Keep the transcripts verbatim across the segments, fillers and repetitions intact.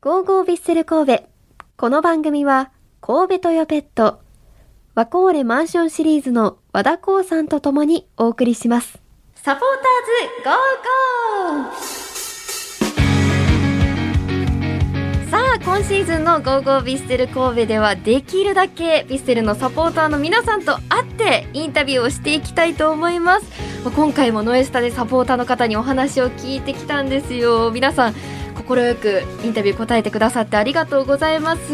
ゴーゴービッセル神戸。この番組は神戸トヨペット、ワコーレマンションシリーズの和田光さんと共にお送りします。サポーターズゴーゴー。さあ、今シーズンのゴーゴービッセル神戸ではできるだけビッセルのサポーターの皆さんと会ってインタビューをしていきたいと思います。今回もノエスタでサポーターの方にお話を聞いてきたんですよ。皆さん快くインタビュー答えてくださってありがとうございます。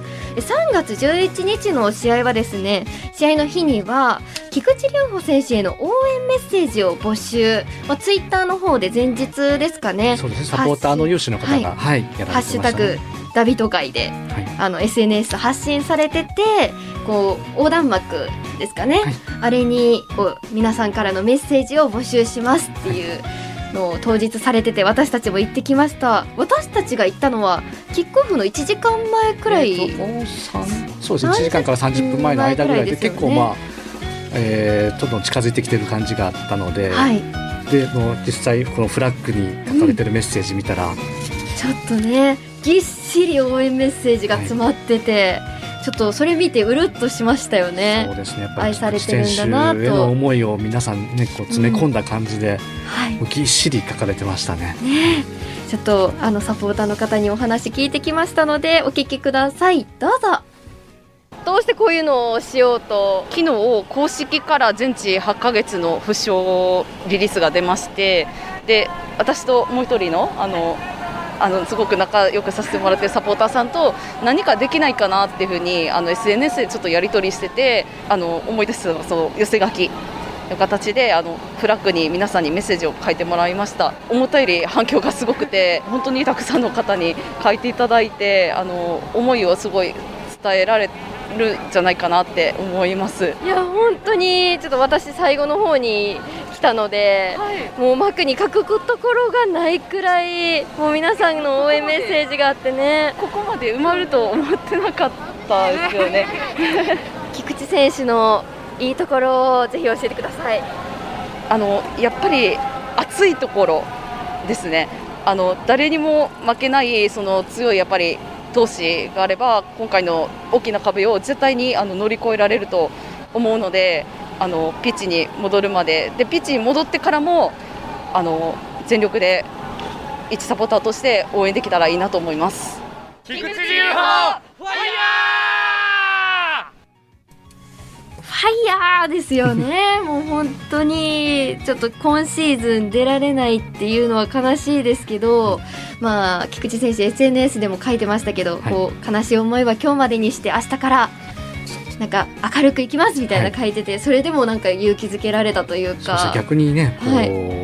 さんがつじゅういちにちの試合はですね、試合の日には菊池涼帆選手への応援メッセージを募集、まあ、ツイッターの方で前日ですかね。 そうですね、サポーターの有志の方が、はいはい、やられてましたね。ハッシュタグダビト会で、はい、あの エスエヌエス 発信されてて、こう横断幕ですかね、はい、あれにこう皆さんからのメッセージを募集しますっていうのを当日されてて、私たちも行ってきました。私たちが行ったのはキックオフのいちじかんまえくらい、えー、 そうですね、いちじかんからさんじゅっぷんまえの間ぐらいで、結構まあ、えー、どんどん近づいてきてる感じがあったので、はい、でもう実際このフラッグに書かれてるメッセージ見たら、うん、ちょっとねぎっしり応援メッセージが詰まってて、はい、ちょっとそれ見てうるっとしましたよね。 そうですね、やっぱり愛されてるんだなと、 選手への思いを皆さんねこう詰め込んだ感じで、うんはい、ぎっしり書かれてましたね。 ね、ちょっとあのサポーターの方にお話聞いてきましたのでお聞きください。どうぞ。どうしてこういうのをしようと？ 昨日公式から全治はちかげつの負傷リリースが出まして、で私ともう一人のあのあのすごく仲良くさせてもらっているサポーターさんと何かできないかなっていうふうにあの エスエヌエス でちょっとやり取りしてて、あの思い出すその寄せ書きの形であのフラッグに皆さんにメッセージを書いてもらいました。思ったより反響がすごくて、本当にたくさんの方に書いていただいて、あの思いをすごい伝えられるんじゃないかなって思います。 いや本当にちょっと私最後の方に来たので、はい、もう幕に書くところがないくらいもう皆さんの応援メッセージがあってね、 ここまで埋まると思ってなかったですよね菊池選手のいいところをぜひ教えてください。 あのやっぱり熱いところですね。あの誰にも負けないその強いやっぱり闘志があれば、今回の大きな壁を絶対にあの乗り越えられると思うので、あのピッチに戻るまでで、ピッチに戻ってからもあの全力で一サポーターとして応援できたらいいなと思います。 菊池涼帆ファイヤーファイヤーですよねもう本当にちょっと今シーズン出られないっていうのは悲しいですけど、まあ菊池選手 エスエヌエス でも書いてましたけど、はい、こう悲しい思いは今日までにして明日からなんか明るくいきますみたいな書いてて、はい、それでもなんか勇気づけられたというか、 そう逆にねこう、はい、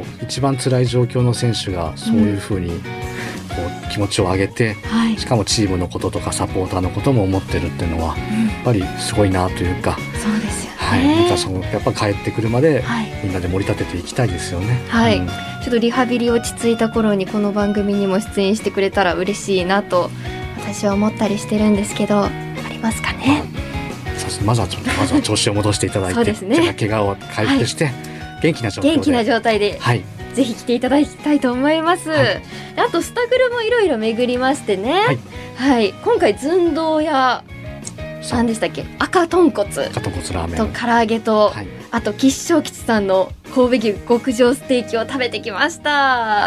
一番辛い状況の選手がそういうふうにこう気持ちを上げて、はい、しかもチームのこととかサポーターのことも思ってるっていうのは、うん、やっぱりすごいなというか、 そうですよね、 はい、またそのやっぱ帰ってくるまで、はい、みんなで盛り立てていきたいですよね。 はい、うん、ちょっとリハビリ落ち着いた頃にこの番組にも出演してくれたら嬉しいなと私は思ったりしてるんですけど、ありますかね。 まずはちょっとまずは調子を戻していただいてそうですね、怪我を回復して、はい、元気な状態で元気な状態で、はい、ぜひ来ていただきたいと思います、はい、あとスタグルもいろいろ巡りましてね、はいはい、今回寸胴や何でしたっけ、赤豚骨赤豚骨ラーメンと唐揚げと、はい、あと吉祥吉さんの神戸牛極上ステーキを食べてきました。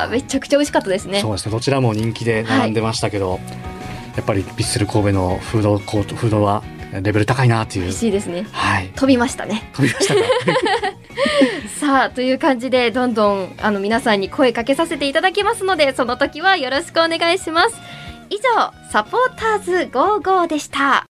めちゃくちゃ美味しかったですね。 そうですね、どちらも人気で並んでましたけど、はい、やっぱりヴィッセル神戸のフードコートフードはレベル高いなという。 美味しいですね、 はい、 飛びましたね飛びましたかさあという感じでどんどんあの皆さんに声かけさせていただきますので、その時はよろしくお願いします。以上サポーターズゴーゴーでした。